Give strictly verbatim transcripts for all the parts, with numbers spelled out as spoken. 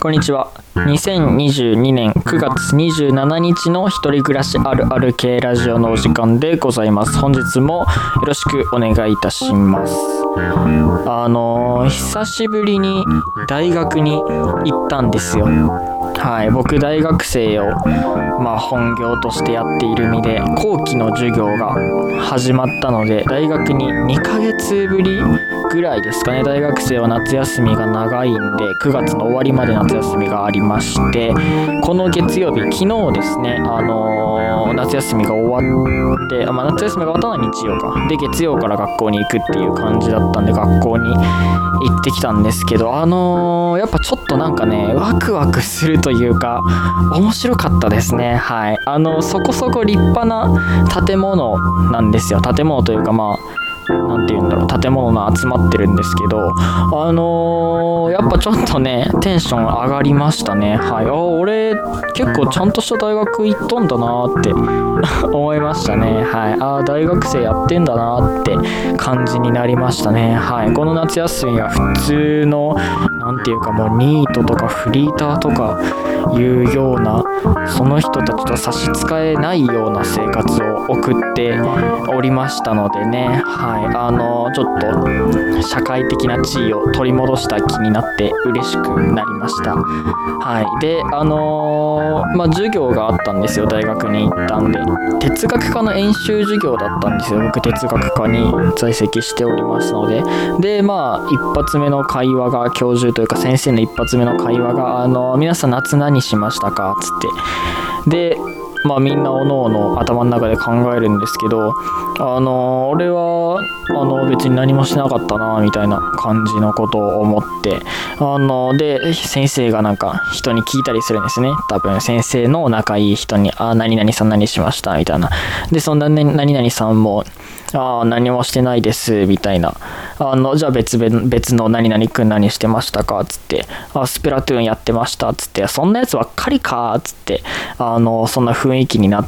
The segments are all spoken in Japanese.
こんにちは。にせんにじゅうにねんくがつにじゅうしちにちの一人暮らしあるある系ラジオのお時間でございます。本日もよろしくお願いいたします。あのー、久しぶりに大学に行ったんですよ。はい、僕大学生を、まあ、本業としてやっている身で後期の授業が始まったので、大学ににかげつぶりぐらいですかね。大学生は夏休みが長いんでくがつの終わりまで夏休みがありまして、この月曜日、昨日ですね、あのー、夏休みが終わって、まあ、夏休みが終わったのは日曜かで、月曜から学校に行くっていう感じだったんで学校に行ってきたんですけど、あのー、やっぱちょっとなんかねワクワクするというか面白かったですね。はい、あのそこそこ立派な建物なんですよ。建物というか、まあなんて言うんだろう、建物の集まってるんですけど、あのー、やっぱちょっとねテンション上がりましたね。はい、あ俺結構ちゃんとした大学行っとんだなって思いましたね。はい、あ大学生やってんだなって感じになりましたね。はい、この夏休みは普通のなんていうか、もうニートとかフリーターとかいうような、その人たちと差し支えないような生活を送っておりましたのでね。はい、あのちょっと社会的な地位を取り戻した気になって嬉しくなりました。はい、であのー、まあ授業があったんですよ。大学に行ったんで哲学科の演習授業だったんですよ。僕哲学科に在籍しておりますので、でまあ一発目の会話が、教授というか先生の一発目の会話が、あの皆さん夏何しましたかつって、でまあみんなおのおの頭の中で考えるんですけど、あの俺はあの別に何もしなかったなみたいな感じのことを思って、あので先生がなんか人に聞いたりするんですね。多分先生の仲いい人に、あ何々さん何しましたみたいな。でそんな何々さんもあ何もしてないですみたいな。あのじゃあ別別の何々くん何してましたかつって、あスプラトゥーンやってましたつって、そんなやつばっかりかつって、あのそんな雰囲気になって、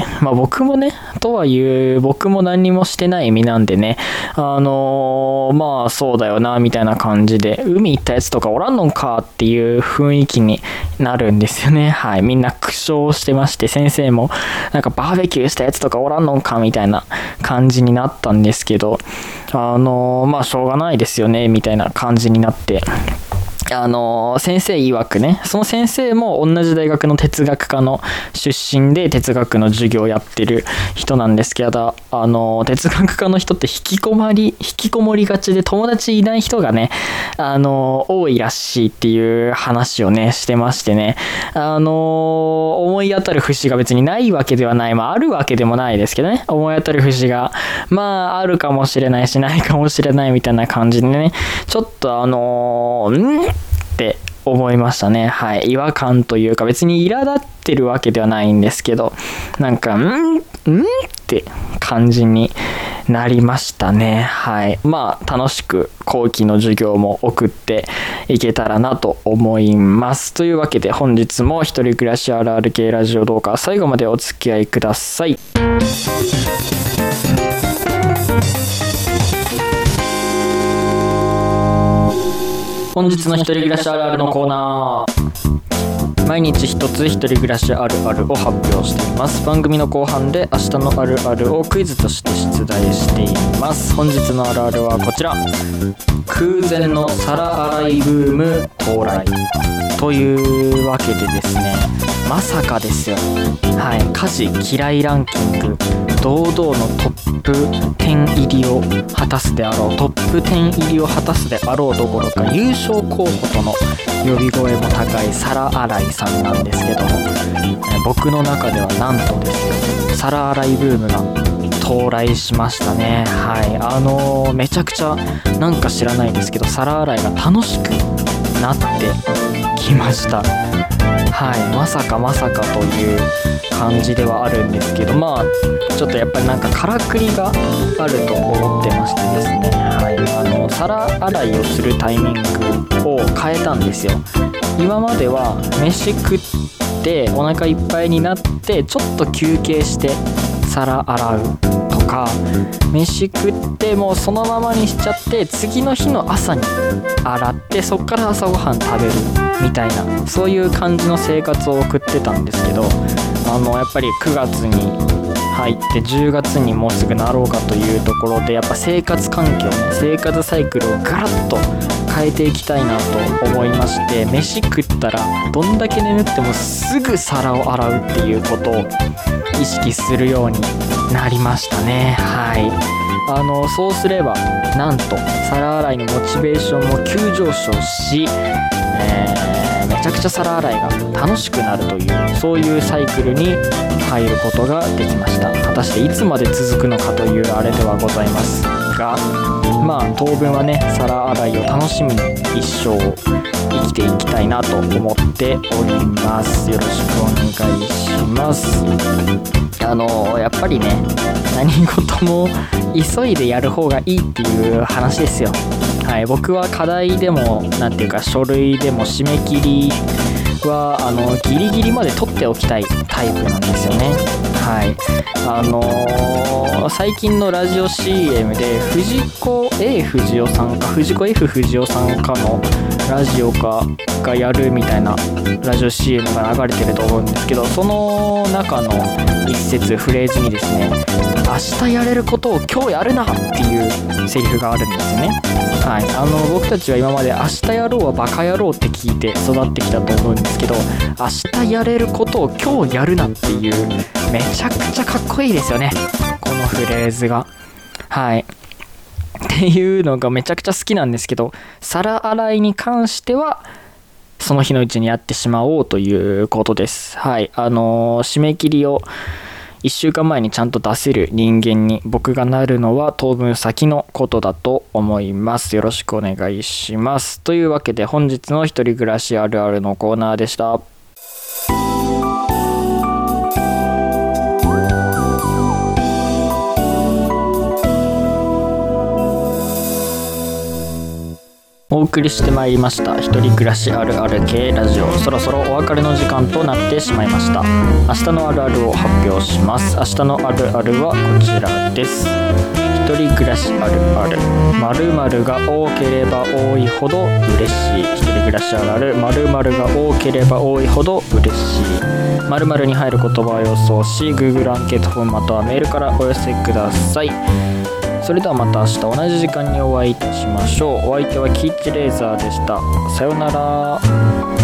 まあ僕もね、とはいえ僕も何もしてない身なんでね、あのー、まあそうだよなみたいな感じで、海行ったやつとかおらんのんかっていう雰囲気になるんですよね。はい、みんな苦笑してまして、先生もなんかバーベキューしたやつとかおらんのんかみたいな感じになったんですけど、あのー、まあしょうがないですよねみたいな感じになって、あのー、先生曰くね、その先生も同じ大学の哲学科の出身で哲学の授業をやってる人なんですけど、あのー、哲学科の人って引きこもり引きこもりがちで友達いない人がね、あのー、多いらしいっていう話をねしてましてね、あのー、思い当たる節が別にないわけではない、まああるわけでもないですけどね、思い当たる節がまああるかもしれないしないかもしれないみたいな感じでね、ちょっとあのー、んって思いましたね。はい、違和感というか、別に苛立ってるわけではないんですけど、なんかんんって感じになりましたね。はい、まあ楽しく後期の授業も送っていけたらなと思います。というわけで本日も一人暮らしあるある系ラジオ動画、最後までお付き合いください。本日の一人暮らしあるあるのコーナー、毎日一つ一人暮らしあるあるを発表しています。番組の後半で明日のあるあるをクイズとして出題しています。本日のあるあるはこちら、空前の皿洗いブーム到来というわけでですね、まさかですよ。はい、家事嫌いランキング堂々のトップじゅう入りを果たすであろう、トップじゅう入りを果たすであろうどころか優勝候補との呼び声も高い皿洗いさんなんですけども、僕の中ではなんとですよ、皿洗いブームが到来しましたね。はい、あのー、めちゃくちゃなんか知らないですけど皿洗いが楽しくなってきました。はい、まさかまさかという感じではあるんですけど、まあちょっとやっぱりなんかからくりがあると思ってましてですね、はい、あの皿洗いをするタイミングを変えたんですよ。今までは飯食ってお腹いっぱいになってちょっと休憩して皿洗うとか、飯食ってもうそのままにしちゃって次の日の朝に洗ってそっから朝ごはん食べるみたいな、そういう感じの生活を送ってたんですけど、あのやっぱりくがつに入ってじゅうがつにもうすぐなろうかというところで、やっぱ生活環境ね、生活サイクルをガラッと変えていきたいなと思いまして、飯食ったらどんだけ眠ってもすぐ皿を洗うっていうことを意識するようになりましたね。はい、あのそうすればなんと皿洗いのモチベーションも急上昇し、えー、めちゃくちゃ皿洗いが楽しくなるという、そういうサイクルに入ることができました。果たしていつまで続くのかというあれではございますが、まあ当分はね、皿洗いを楽しみに一生生きていきたいなと思っております。よろしくお願いします。あのやっぱりね、何事も急いでやる方がいいっていう話ですよ。はい、僕は課題でもなんていうか書類でも締め切りはあのギリギリまで取っておきたいタイプなんですよね。はい、あのー、最近のラジオ シーエム で藤子 A 不二雄さんか藤子 F 不二雄さんかのラジオかがやるみたいなラジオ シーエム が流れてると思うんですけど、その中の一節フレーズにですね、明日やれることを今日やるなっていうセリフがあるんですよね。はい、あの僕たちは今まで明日やろうはバカ野郎って聞いて育ってきたと思うんですけど、明日やれることを今日やるなっていう、めちゃくちゃかっこいいですよね、このフレーズが。はいっていうのがめちゃくちゃ好きなんですけど、皿洗いに関してはその日のうちにやってしまおうということです。はい、あのー、締め切りをいっしゅうかんまえにちゃんと出せる人間に僕がなるのは当分先のことだと思います。よろしくお願いします。というわけで本日の一人暮らしあるあるのコーナーでした。お送りしてまいりました一人暮らしあるある系ラジオ、そろそろお別れの時間となってしまいました。明日のあるあるを発表します。明日のあるあるはこちらです。一人暮らしあるある、〇〇が多ければ多いほど嬉しい。一人暮らしあるある、〇〇が多ければ多いほど嬉しい。〇〇に入る言葉を予想し Google アンケートフォームまたはメールからお寄せください。それではまた明日同じ時間にお会いいたしましょう。お相手はキッチレーザーでした。さようなら。